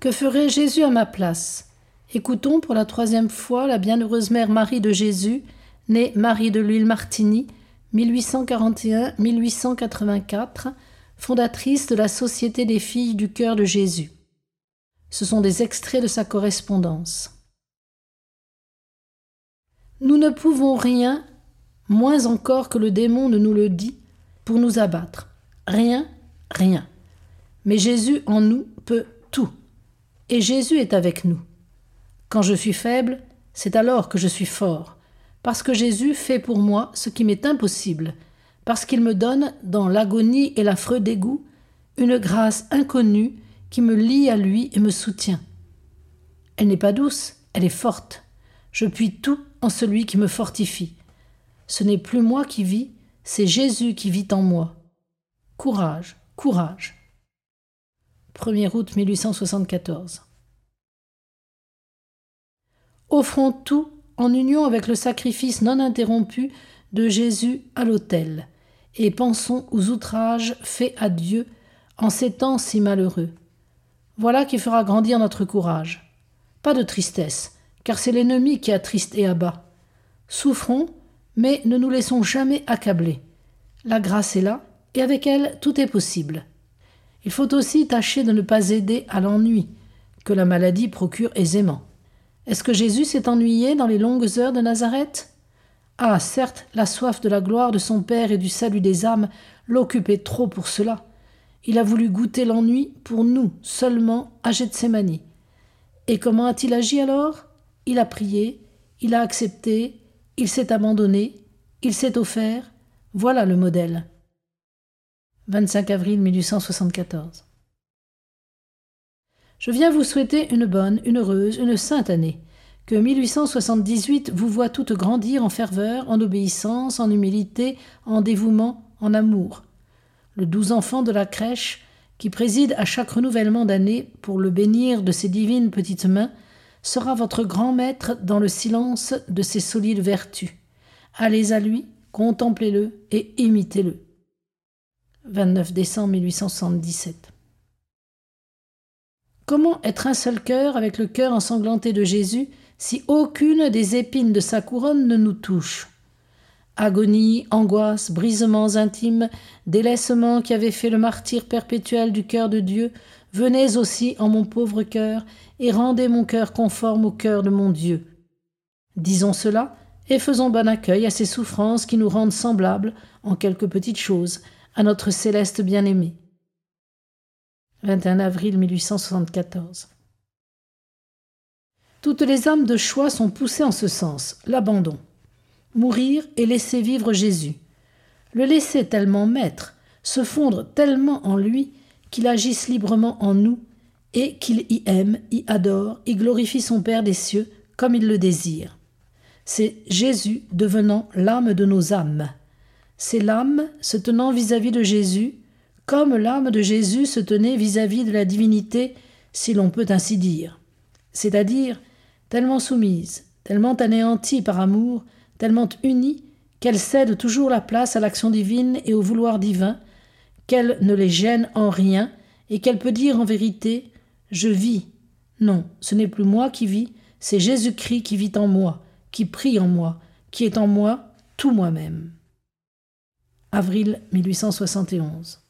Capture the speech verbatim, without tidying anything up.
Que ferait Jésus à ma place? Écoutons pour la troisième fois la bienheureuse mère Marie de Jésus, née Marie de l'Huile Martini, mille huit cent quarante et un à mille huit cent quatre-vingt-quatre, fondatrice de la Société des filles du cœur de Jésus. Ce sont des extraits de sa correspondance. Nous ne pouvons rien, moins encore que le démon ne nous le dit, pour nous abattre. Rien, rien. Mais Jésus en nous peut tout. Et Jésus est avec nous. Quand je suis faible, c'est alors que je suis fort, parce que Jésus fait pour moi ce qui m'est impossible, parce qu'il me donne, dans l'agonie et l'affreux dégoût, une grâce inconnue qui me lie à lui et me soutient. Elle n'est pas douce, elle est forte. Je puis tout en celui qui me fortifie. Ce n'est plus moi qui vis, c'est Jésus qui vit en moi. Courage, courage. premier août mille huit cent soixante-quatorze. Offrons tout en union avec le sacrifice non interrompu de Jésus à l'autel, et pensons aux outrages faits à Dieu en ces temps si malheureux. Voilà qui fera grandir notre courage. Pas de tristesse, car c'est l'ennemi qui attriste et abat. Souffrons, mais ne nous laissons jamais accabler. La grâce est là, et avec elle, tout est possible. Il faut aussi tâcher de ne pas aider à l'ennui, que la maladie procure aisément. Est-ce que Jésus s'est ennuyé dans les longues heures de Nazareth? Ah, certes, la soif de la gloire de son Père et du salut des âmes l'occupait trop pour cela. Il a voulu goûter l'ennui pour nous, seulement, à Gethsémani. Et comment a-t-il agi alors? Il a prié, il a accepté, il s'est abandonné, il s'est offert. Voilà le modèle. vingt-cinq avril mille huit cent soixante-quatorze. Je viens vous souhaiter une bonne, une heureuse, une sainte année. Que mille huit cent soixante-dix-huit vous voie toutes grandir en ferveur, en obéissance, en humilité, en dévouement, en amour. Le doux enfant de la crèche, qui préside à chaque renouvellement d'année pour le bénir de ses divines petites mains, sera votre grand maître dans le silence de ses solides vertus. Allez à lui, contemplez-le et imitez-le. vingt-neuf décembre mille huit cent soixante-dix-sept. Comment être un seul cœur avec le cœur ensanglanté de Jésus si aucune des épines de sa couronne ne nous touche? Agonie, angoisse, brisements intimes, délaissements qui avaient fait le martyre perpétuel du cœur de Dieu, venez aussi en mon pauvre cœur et rendez mon cœur conforme au cœur de mon Dieu. Disons cela et faisons bon accueil à ces souffrances qui nous rendent semblables, en quelques petites choses, à notre céleste bien-aimé. vingt et un avril mille huit cent soixante-quatorze. Toutes les âmes de choix sont poussées en ce sens, l'abandon. Mourir et laisser vivre Jésus. Le laisser tellement maître, se fondre tellement en lui qu'il agisse librement en nous et qu'il y aime, y adore, y glorifie son Père des cieux comme il le désire. C'est Jésus devenant l'âme de nos âmes. C'est l'âme se tenant vis-à-vis de Jésus, comme l'âme de Jésus se tenait vis-à-vis de la divinité, si l'on peut ainsi dire. C'est-à-dire tellement soumise, tellement anéantie par amour, tellement unie qu'elle cède toujours la place à l'action divine et au vouloir divin, qu'elle ne les gêne en rien et qu'elle peut dire en vérité « Je vis ». Non, ce n'est plus moi qui vis, c'est Jésus-Christ qui vit en moi, qui prie en moi, qui est en moi tout moi-même. Avril mille huit cent soixante et onze.